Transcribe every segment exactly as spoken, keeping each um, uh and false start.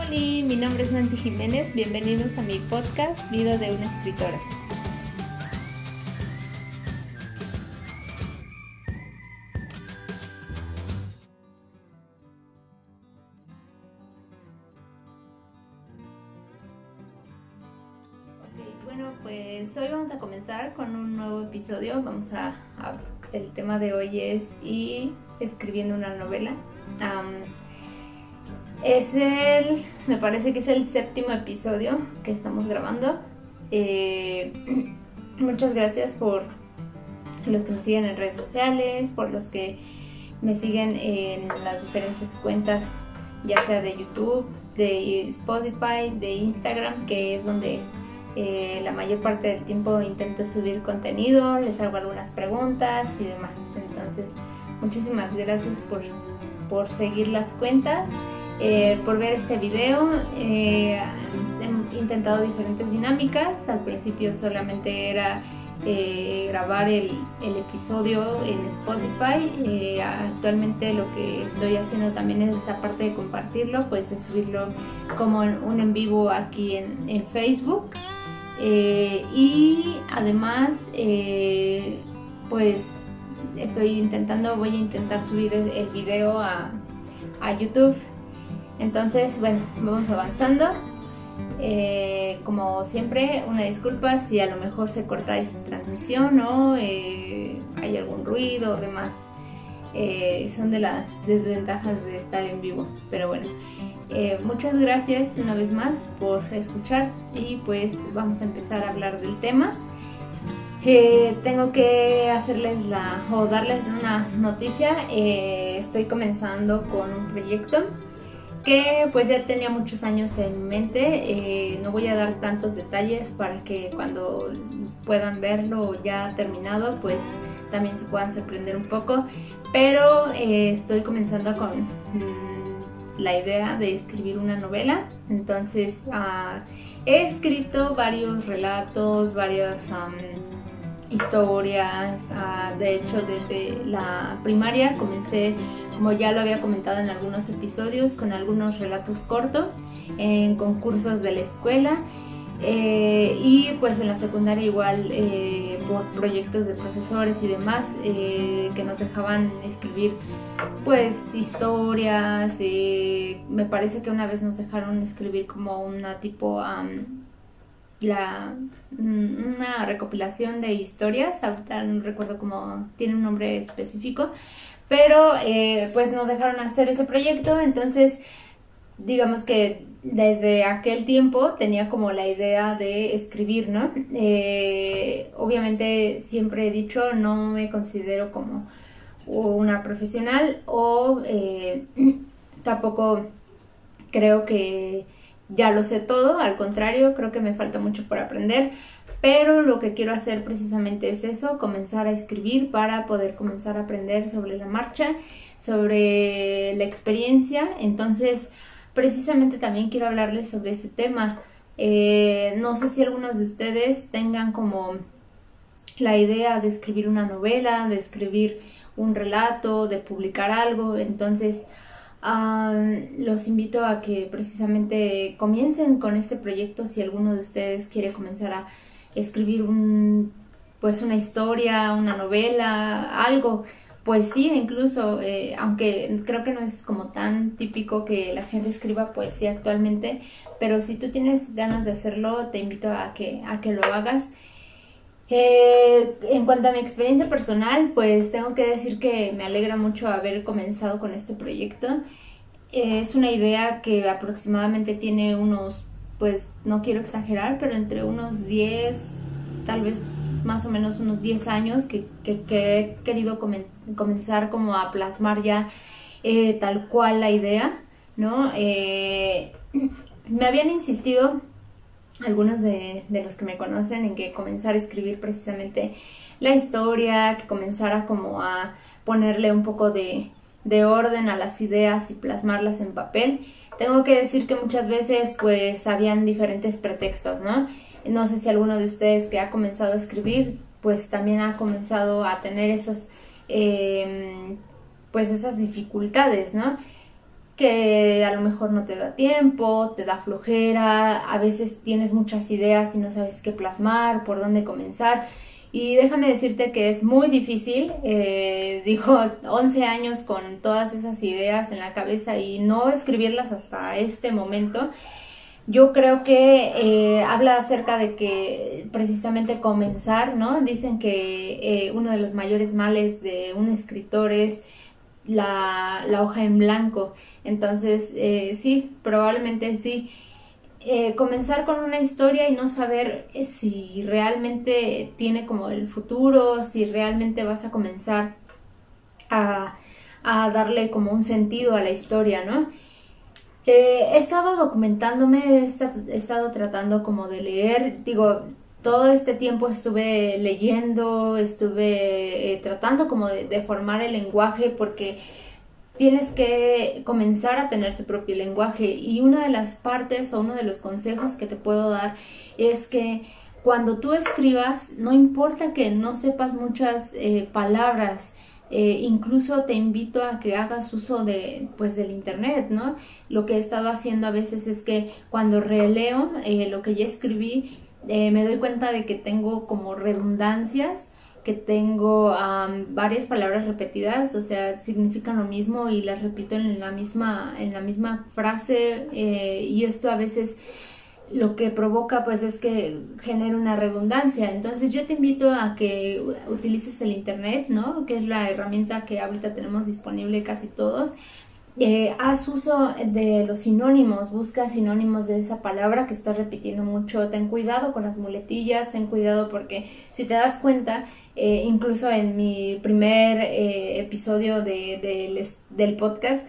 Hola, mi nombre es Nancy Jiménez, bienvenidos a mi podcast Vida de una escritora. Ok, bueno, pues hoy vamos a comenzar con un nuevo episodio. Vamos a, a el tema de hoy es y escribiendo una novela. Um, Es el, me parece que es el séptimo episodio que estamos grabando. Eh, muchas gracias por los que me siguen en redes sociales, por los que me siguen en las diferentes cuentas, ya sea de YouTube, de Spotify, de Instagram, que es donde eh, la mayor parte del tiempo intento subir contenido, les hago algunas preguntas y demás. Entonces, muchísimas gracias por, por seguir las cuentas. Eh, por ver este video. Eh, he intentado diferentes dinámicas. Al principio solamente era eh, grabar el, el episodio en Spotify. Eh, actualmente lo que estoy haciendo también es, aparte de compartirlo, pues es subirlo como en, un en vivo aquí en, en Facebook. Eh, y además eh, pues estoy intentando, voy a intentar subir el, el video a, a YouTube. Entonces, bueno, vamos avanzando. Eh, como siempre, una disculpa si a lo mejor se corta esta transmisión o eh, hay algún ruido o demás. Eh, son de las desventajas de estar en vivo. Pero bueno, eh, muchas gracias una vez más por escuchar y pues vamos a empezar a hablar del tema. Eh, tengo que hacerles la o darles una noticia. Eh, estoy comenzando con un proyecto que pues ya tenía muchos años en mente. Eh, no voy a dar tantos detalles para que cuando puedan verlo ya terminado pues también se puedan sorprender un poco, pero eh, estoy comenzando con mm, la idea de escribir una novela. Entonces uh, he escrito varios relatos, varias um, historias. Uh, de hecho, desde la primaria comencé, como ya lo había comentado en algunos episodios, con algunos relatos cortos en concursos de la escuela. Eh, y pues en la secundaria igual eh, por proyectos de profesores y demás eh, que nos dejaban escribir pues historias. Eh, me parece que una vez nos dejaron escribir como una tipo um, la, una recopilación de historias. Ahorita no recuerdo cómo, tiene un nombre específico, pero eh, pues nos dejaron hacer ese proyecto. Entonces digamos que desde aquel tiempo tenía como la idea de escribir, ¿no? Eh, obviamente siempre he dicho, no me considero como una profesional o eh, tampoco creo que ya lo sé todo. Al contrario, creo que me falta mucho por aprender, pero lo que quiero hacer precisamente es eso, comenzar a escribir para poder comenzar a aprender sobre la marcha, sobre la experiencia. Entonces precisamente también quiero hablarles sobre ese tema. Eh, no sé si algunos de ustedes tengan como la idea de escribir una novela, de escribir un relato, de publicar algo. Entonces uh, los invito a que precisamente comiencen con este proyecto. Si alguno de ustedes quiere comenzar a escribir un, pues una historia, una novela, algo, poesía incluso, eh, aunque creo que no es como tan típico que la gente escriba poesía actualmente, pero si tú tienes ganas de hacerlo, te invito a que, a que lo hagas. Eh, en cuanto a mi experiencia personal, pues tengo que decir que me alegra mucho haber comenzado con este proyecto. Eh, es una idea que aproximadamente tiene unos, pues no quiero exagerar, pero entre unos diez, tal vez más o menos unos diez años que, que, que he querido comen, comenzar como a plasmar ya eh, tal cual la idea, ¿no? Eh, me habían insistido algunos de, de los que me conocen en que comenzara a escribir precisamente la historia, que comenzara como a ponerle un poco de, de orden a las ideas y plasmarlas en papel. Tengo que decir que muchas veces pues habían diferentes pretextos, ¿no? No sé si alguno de ustedes que ha comenzado a escribir pues también ha comenzado a tener esos eh, pues esas dificultades, ¿no? que a lo mejor no te da tiempo, te da flojera, a veces tienes muchas ideas y no sabes qué plasmar, por dónde comenzar. Y déjame decirte que es muy difícil, eh, digo, once años con todas esas ideas en la cabeza y no escribirlas hasta este momento. Yo creo que eh, habla acerca de que precisamente comenzar, ¿no? Dicen que eh, uno de los mayores males de un escritor es la, la hoja en blanco. Entonces, eh, sí, probablemente sí. Eh, comenzar con una historia y no saber eh, si realmente tiene como el futuro, si realmente vas a comenzar a, a darle como un sentido a la historia, ¿no? Eh, he estado documentándome, he estado, he estado tratando como de leer, digo, todo este tiempo estuve leyendo, estuve eh, tratando como de, de formar el lenguaje porque tienes que comenzar a tener tu propio lenguaje y una de las partes o uno de los consejos que te puedo dar es que cuando tú escribas, no importa que no sepas muchas eh, palabras, eh, incluso te invito a que hagas uso de, pues, del internet, ¿no? Lo que he estado haciendo a veces es que cuando releo eh, lo que ya escribí, eh, me doy cuenta de que tengo como redundancias, que tengo um, varias palabras repetidas, o sea, significan lo mismo y las repito en la misma, en la misma frase, eh, y esto a veces lo que provoca pues es que genera una redundancia. Entonces yo te invito a que utilices el internet, ¿no? Que es la herramienta que ahorita tenemos disponible casi todos. Eh, haz uso de los sinónimos, busca sinónimos de esa palabra que estás repitiendo mucho, ten cuidado con las muletillas, ten cuidado porque si te das cuenta, eh, incluso en mi primer eh, episodio de, de les, del podcast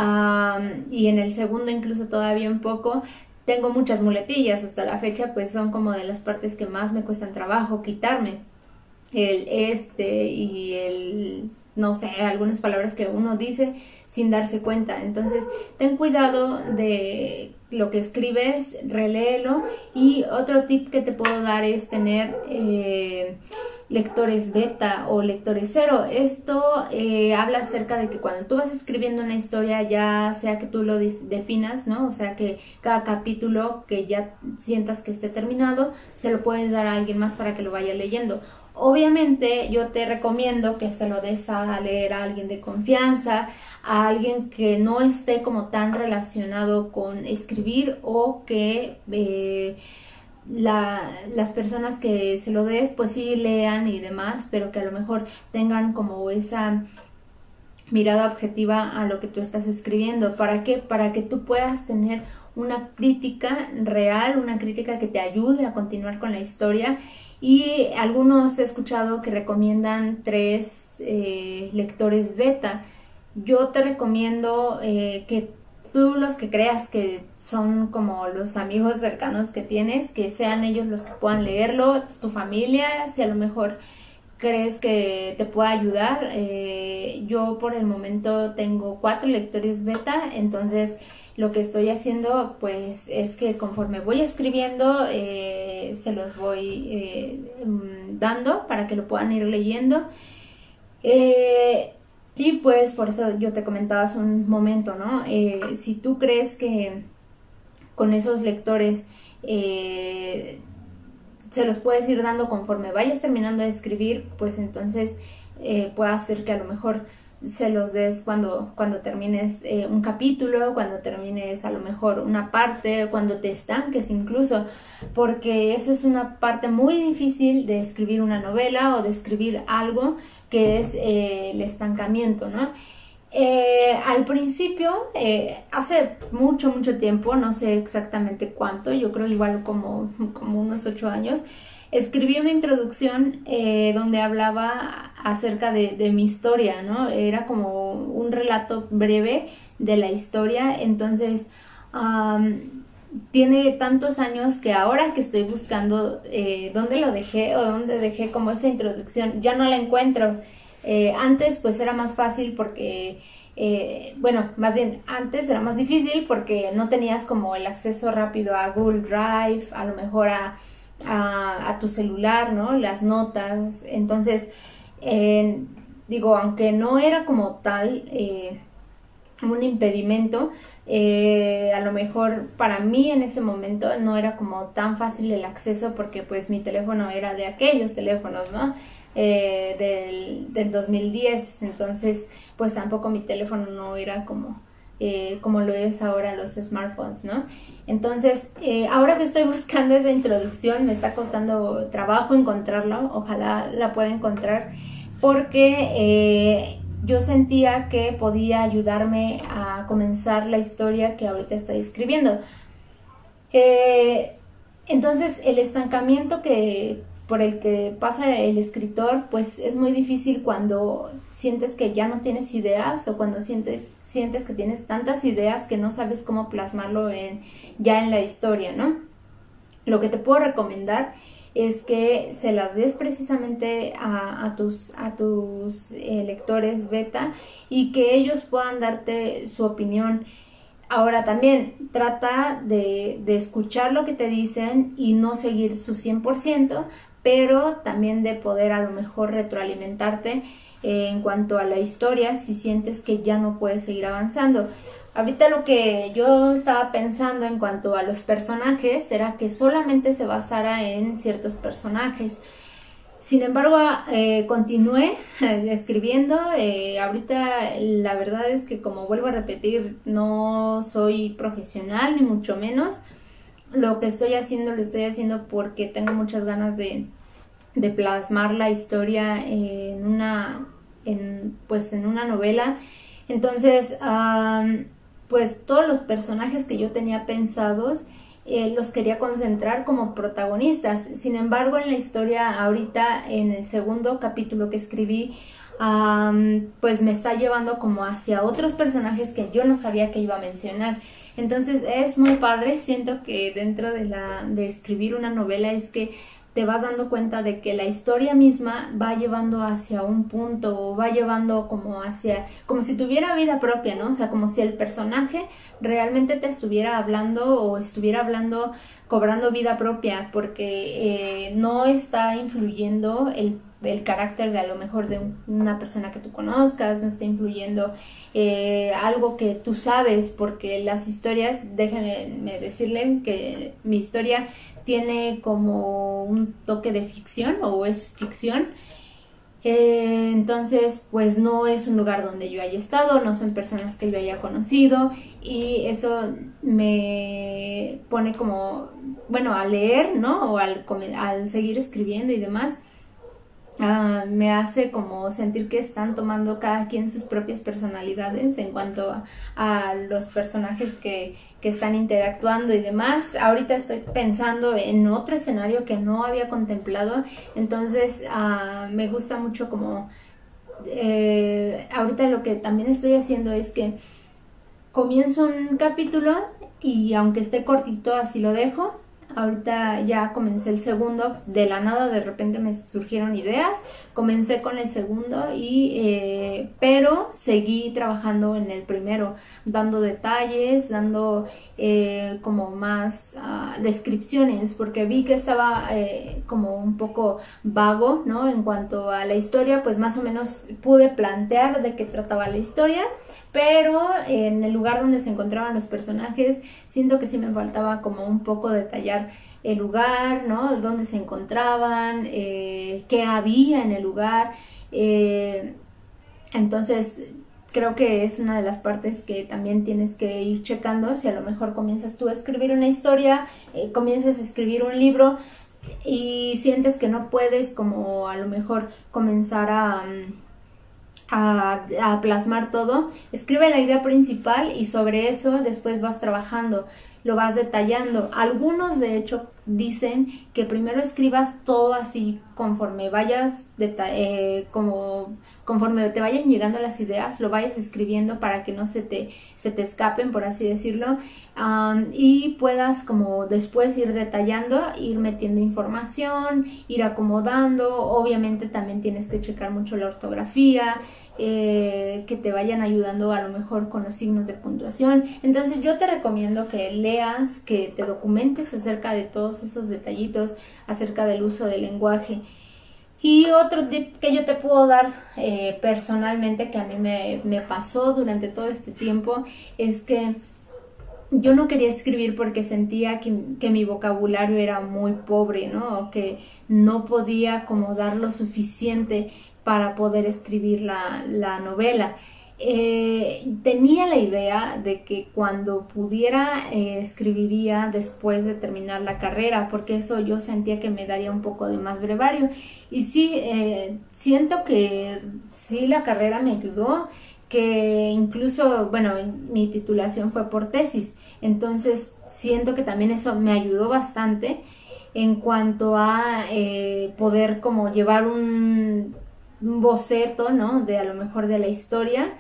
um, y en el segundo incluso todavía un poco, tengo muchas muletillas hasta la fecha, pues son como de las partes que más me cuestan trabajo quitarme, el este y el... no sé, algunas palabras que uno dice sin darse cuenta. Entonces, ten cuidado de lo que escribes, reléelo. Y otro tip que te puedo dar es tener eh, lectores beta o lectores cero. Esto eh, habla acerca de que cuando tú vas escribiendo una historia, ya sea que tú lo definas, ¿no? O sea, que cada capítulo que ya sientas que esté terminado, se lo puedes dar a alguien más para que lo vaya leyendo. Obviamente yo te recomiendo que se lo des a leer a alguien de confianza, a alguien que no esté como tan relacionado con escribir o que eh, la, las personas que se lo des pues sí lean y demás, pero que a lo mejor tengan como esa mirada objetiva a lo que tú estás escribiendo. ¿Para qué? Para que tú puedas tener una crítica real, una crítica que te ayude a continuar con la historia. Y algunos he escuchado que recomiendan tres eh, lectores beta. Yo te recomiendo eh, que tú, los que creas que son como los amigos cercanos que tienes, que sean ellos los que puedan leerlo, tu familia, si a lo mejor crees que te pueda ayudar. Eh, yo por el momento tengo cuatro lectores beta, entonces lo que estoy haciendo pues es que conforme voy escribiendo eh, se los voy eh, dando para que lo puedan ir leyendo. Eh, y pues por eso yo te comentaba hace un momento, ¿no? Eh, si tú crees que con esos lectores eh, se los puedes ir dando conforme vayas terminando de escribir, pues entonces eh, puede hacer que a lo mejor se los des cuando, cuando termines eh, un capítulo, cuando termines a lo mejor una parte, cuando te estanques incluso, porque esa es una parte muy difícil de escribir una novela o de escribir algo, que es eh, el estancamiento, ¿no? Eh, al principio, eh, hace mucho, mucho tiempo, no sé exactamente cuánto, yo creo igual como, como unos ocho años, escribí una introducción eh, donde hablaba acerca de, de mi historia, ¿no? Era como un relato breve de la historia, entonces um, tiene tantos años que ahora que estoy buscando eh, dónde lo dejé o dónde dejé como esa introducción, ya no la encuentro. Eh, antes pues era más fácil porque, eh, bueno, más bien antes era más difícil porque no tenías como el acceso rápido a Google Drive, a lo mejor a, a, a tu celular, ¿no? Las notas, entonces, eh, digo, aunque no era como tal, eh, un impedimento. Eh, a lo mejor para mí en ese momento no era como tan fácil el acceso, porque pues mi teléfono era de aquellos teléfonos, ¿no? Eh, del, del dos mil diez, entonces pues tampoco mi teléfono no era como eh, como lo es ahora los smartphones, ¿no? Entonces eh, ahora que estoy buscando esa introducción me está costando trabajo encontrarlo, ojalá la pueda encontrar, porque eh, yo sentía que podía ayudarme a comenzar la historia que ahorita estoy escribiendo. Eh, entonces el estancamiento que por el que pasa el escritor, pues es muy difícil cuando sientes que ya no tienes ideas, o cuando sientes, sientes que tienes tantas ideas que no sabes cómo plasmarlo en, ya en la historia, ¿no? Lo que te puedo recomendar es que se las des precisamente a, a tus, a tus eh, lectores beta, y que ellos puedan darte su opinión. Ahora también trata de, de escuchar lo que te dicen y no seguir su cien por ciento, pero también de poder a lo mejor retroalimentarte eh, en cuanto a la historia si sientes que ya no puedes seguir avanzando. Ahorita lo que yo estaba pensando en cuanto a los personajes era que solamente se basara en ciertos personajes. Sin embargo, eh, continué escribiendo. Eh, ahorita la verdad es que, como vuelvo a repetir, no soy profesional ni mucho menos. Lo que estoy haciendo lo estoy haciendo porque tengo muchas ganas de, de plasmar la historia en una, en, pues en una novela. Entonces, um, pues todos los personajes que yo tenía pensados eh, los quería concentrar como protagonistas. Sin embargo, en la historia ahorita, en el segundo capítulo que escribí, um, pues me está llevando como hacia otros personajes que yo no sabía que iba a mencionar. Entonces es muy padre. Siento que dentro de, la, de escribir una novela es que te vas dando cuenta de que la historia misma va llevando hacia un punto, o va llevando como hacia, como si tuviera vida propia, ¿no? O sea, como si el personaje realmente te estuviera hablando, o estuviera hablando, cobrando vida propia, porque eh, no está influyendo el el carácter de a lo mejor de un, una persona que tú conozcas, no está influyendo eh, algo que tú sabes, porque las historias, déjenme decirle que mi historia tiene como un toque de ficción, o es ficción. Eh, entonces pues no es un lugar donde yo haya estado, no son personas que yo haya conocido, y eso me pone como, bueno, al leer, ¿no? O al, al seguir escribiendo y demás, Uh, me hace como sentir que están tomando cada quien sus propias personalidades en cuanto a, a los personajes que, que están interactuando y demás. Ahorita estoy pensando en otro escenario que no había contemplado, entonces uh, me gusta mucho como eh, ahorita lo que también estoy haciendo es que comienzo un capítulo y aunque esté cortito así lo dejo. Ahorita ya comencé el segundo, de la nada de repente me surgieron ideas, comencé con el segundo, y eh, pero seguí trabajando en el primero, dando detalles, dando eh, como más uh, descripciones, porque vi que estaba eh, como un poco vago, ¿no? En cuanto a la historia, pues más o menos pude plantear de qué trataba la historia, pero en el lugar donde se encontraban los personajes siento que sí me faltaba como un poco detallar el lugar, ¿no? Dónde se encontraban, eh, qué había en el lugar. Eh, entonces creo que es una de las partes que también tienes que ir checando. Si a lo mejor comienzas tú a escribir una historia, eh, comienzas a escribir un libro y sientes que no puedes como a lo mejor comenzar a... A, a plasmar todo, escribe la idea principal y sobre eso después vas trabajando, lo vas detallando. Algunos de hecho dicen que primero escribas todo así conforme vayas eh, como conforme te vayan llegando las ideas, lo vayas escribiendo para que no se te, se te escapen, por así decirlo, um, y puedas como después ir detallando, ir metiendo información, ir acomodando. Obviamente también tienes que checar mucho la ortografía, eh, que te vayan ayudando a lo mejor con los signos de puntuación. Entonces yo te recomiendo que leas, que te documentes acerca de todos esos detallitos, acerca del uso del lenguaje. Y otro tip que yo te puedo dar eh, personalmente, que a mí me, me pasó durante todo este tiempo, es que yo no quería escribir porque sentía que, que mi vocabulario era muy pobre, ¿no? O que no podía como dar lo suficiente para poder escribir la, la novela. Eh, tenía la idea de que cuando pudiera eh, escribiría después de terminar la carrera, porque eso yo sentía que me daría un poco de más brevario. Y sí, eh, siento que sí, la carrera me ayudó, que incluso, bueno, mi titulación fue por tesis, entonces siento que también eso me ayudó bastante en cuanto a eh, poder como llevar un, un boceto, ¿no? De a lo mejor de la historia.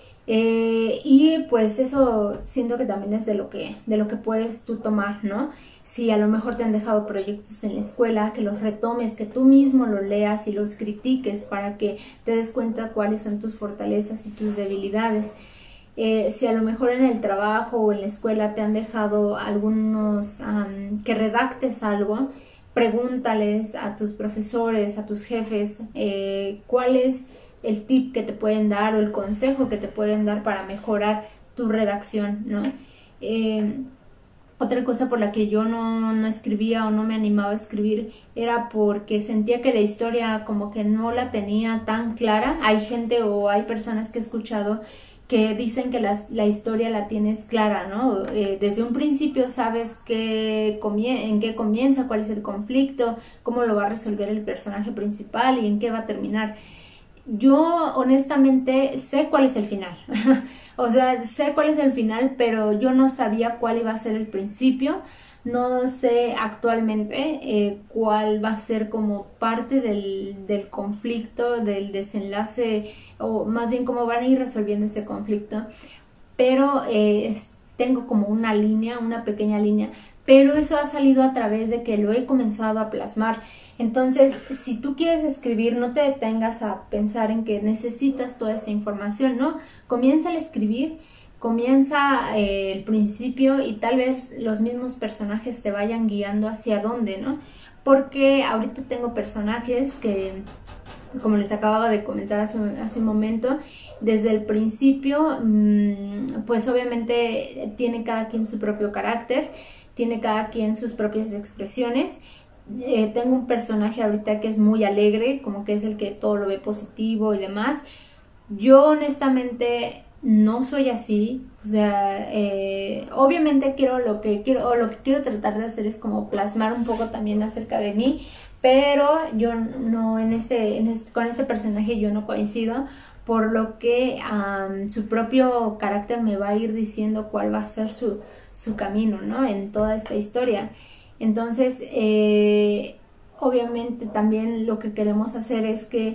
Eh, y pues eso siento que también es de lo que, de lo que puedes tú tomar, ¿no? Si a lo mejor te han dejado proyectos en la escuela, que los retomes, que tú mismo los leas y los critiques para que te des cuenta cuáles son tus fortalezas y tus debilidades. Eh, si a lo mejor en el trabajo o en la escuela te han dejado algunos, um, que redactes algo, pregúntales a tus profesores, a tus jefes, eh, cuál es el tip que te pueden dar o el consejo que te pueden dar para mejorar tu redacción, ¿no? Eh, otra cosa por la que yo no, no escribía o no me animaba a escribir era porque sentía que la historia como que no la tenía tan clara. Hay gente o hay personas que he escuchado que dicen que la, la historia la tienes clara, ¿no? Eh, desde un principio sabes qué comie- en qué comienza, cuál es el conflicto, cómo lo va a resolver el personaje principal y en qué va a terminar. Yo honestamente sé cuál es el final, o sea, sé cuál es el final, pero yo no sabía cuál iba a ser el principio. No sé actualmente eh, cuál va a ser como parte del, del conflicto, del desenlace, o más bien cómo van a ir resolviendo ese conflicto, pero eh, es, tengo como una línea, una pequeña línea, pero eso ha salido a través de que lo he comenzado a plasmar. Entonces, si tú quieres escribir, no te detengas a pensar en que necesitas toda esa información, ¿no? Comienza a escribir, comienza eh, el principio y tal vez los mismos personajes te vayan guiando hacia dónde, ¿no? Porque ahorita tengo personajes que, como les acababa de comentar hace un, hace un momento, desde el principio, mmm, pues obviamente tiene cada quien su propio carácter, tiene cada quien sus propias expresiones. Eh, tengo un personaje ahorita que es muy alegre, como que es el que todo lo ve positivo y demás. Yo honestamente no soy así, o sea, eh, obviamente quiero lo que quiero, o lo que quiero tratar de hacer es como plasmar un poco también acerca de mí, pero yo no, en este, en este con este personaje yo no coincido, por lo que um, su propio carácter me va a ir diciendo cuál va a ser su, su camino, ¿no? En toda esta historia. Entonces, eh, obviamente también lo que queremos hacer es que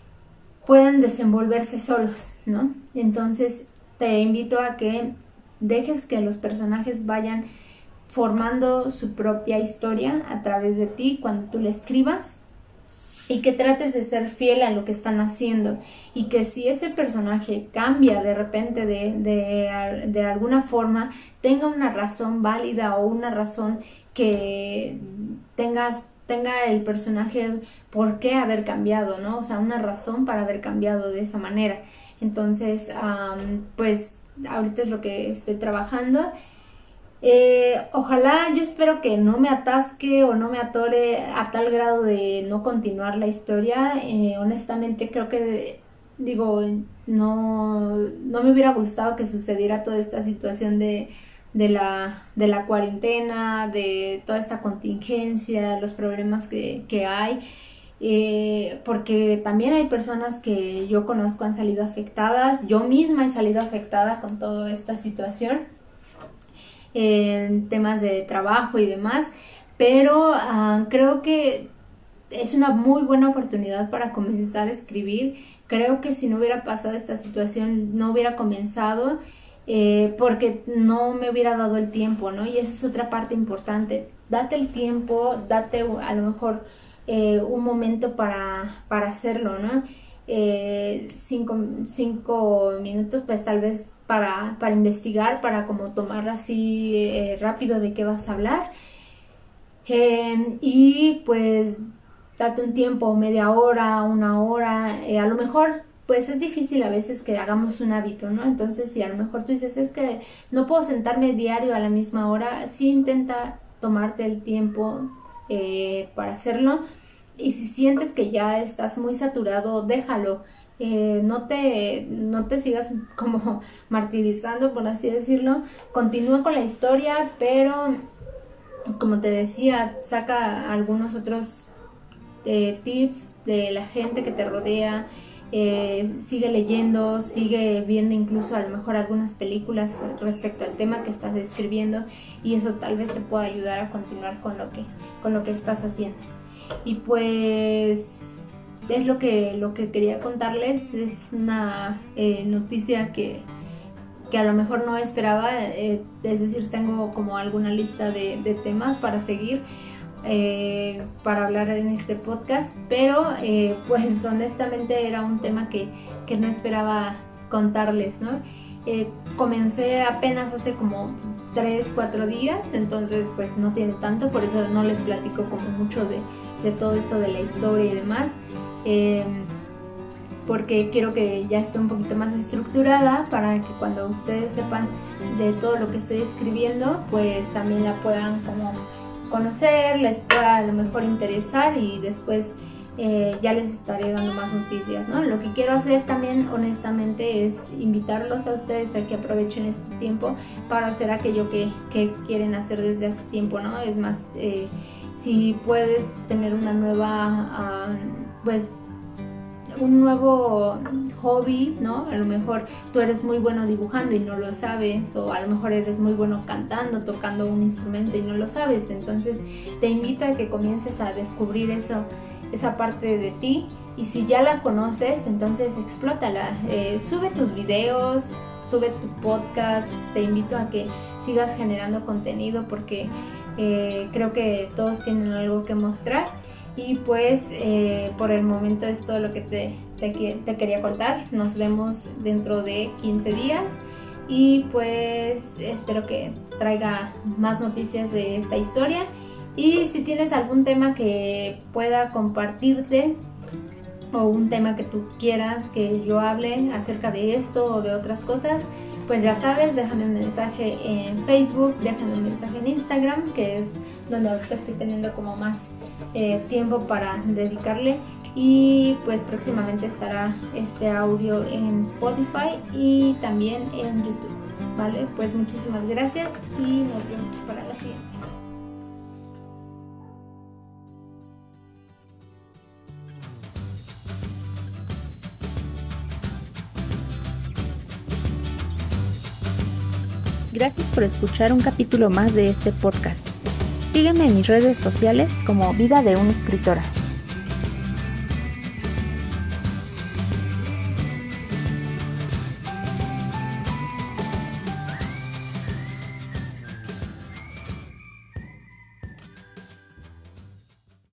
puedan desenvolverse solos, ¿no? Entonces, te invito a que dejes que los personajes vayan formando su propia historia a través de ti cuando tú la escribas, y que trates de ser fiel a lo que están haciendo, y que si ese personaje cambia de repente de, de, de alguna forma, tenga una razón válida o una razón que tengas, tenga el personaje por qué haber cambiado, ¿no? O sea, una razón para haber cambiado de esa manera. Entonces, um, pues ahorita es lo que estoy trabajando. Eh, ojalá, yo espero que no me atasque o no me atore a tal grado de no continuar la historia. Eh, honestamente creo que, digo, no, no me hubiera gustado que sucediera toda esta situación de, de, la, de la cuarentena, de toda esta contingencia, los problemas que, que hay. Eh, porque también hay personas que yo conozco han salido afectadas, yo misma he salido afectada con toda esta situación, en temas de trabajo y demás, pero uh, creo que es una muy buena oportunidad para comenzar a escribir. Creo que si no hubiera pasado esta situación no hubiera comenzado, eh, porque no me hubiera dado el tiempo, ¿no? Y esa es otra parte importante. Date el tiempo, date a lo mejor eh, un momento para, para hacerlo, ¿no? Eh, cinco, cinco minutos pues tal vez para, para investigar, para como tomar así eh, rápido de qué vas a hablar, eh, y pues date un tiempo, media hora, una hora, eh, a lo mejor pues es difícil a veces que hagamos un hábito, ¿no? Entonces si a lo mejor tú dices, es que no puedo sentarme diario a la misma hora, sí intenta tomarte el tiempo eh, para hacerlo, y si sientes que ya estás muy saturado, déjalo. Eh, no te no te sigas como martirizando, por así decirlo. Continúa con la historia, pero como te decía, saca algunos otros eh, tips de la gente que te rodea. Eh, sigue leyendo, sigue viendo incluso a lo mejor algunas películas respecto al tema que estás escribiendo, y eso tal vez te pueda ayudar a continuar con lo que con lo que estás haciendo. Y pues es lo que, lo que quería contarles. Es una eh, noticia que, que a lo mejor no esperaba, eh, es decir, tengo como alguna lista de, de temas para seguir, eh, para hablar en este podcast, pero eh, pues honestamente era un tema que, que no esperaba contarles, ¿no? Eh, comencé apenas hace como tres, cuatro días, entonces pues no tiene tanto, por eso no les platico como mucho de, de todo esto de la historia y demás. Eh, porque quiero que ya esté un poquito más estructurada para que cuando ustedes sepan de todo lo que estoy escribiendo, pues también la puedan como conocer, les pueda a lo mejor interesar, y después eh, ya les estaré dando más noticias, ¿no? Lo que quiero hacer también honestamente es invitarlos a ustedes a que aprovechen este tiempo para hacer aquello que, que quieren hacer desde hace tiempo, ¿no? Es más, eh, si puedes tener una nueva uh, pues un nuevo hobby, ¿no? A lo mejor tú eres muy bueno dibujando y no lo sabes, o a lo mejor eres muy bueno cantando, tocando un instrumento y no lo sabes. Entonces te invito a que comiences a descubrir eso, esa parte de ti, y si ya la conoces, entonces explótala. Eh, sube tus videos, sube tu podcast. Te invito a que sigas generando contenido, porque eh, creo que todos tienen algo que mostrar. Y pues eh, por el momento es todo lo que te, te, te quería contar. Nos vemos dentro de quince días, y pues espero que traiga más noticias de esta historia. Y si tienes algún tema que pueda compartirte, o un tema que tú quieras que yo hable acerca de esto o de otras cosas, pues ya sabes, déjame un mensaje en Facebook, déjame un mensaje en Instagram, que es donde ahorita estoy teniendo como más eh, tiempo para dedicarle. Y pues próximamente estará este audio en Spotify y también en YouTube, ¿vale? Pues muchísimas gracias y nos vemos para la siguiente. Gracias por escuchar un capítulo más de este podcast. Sígueme en mis redes sociales como Vida de una Escritora.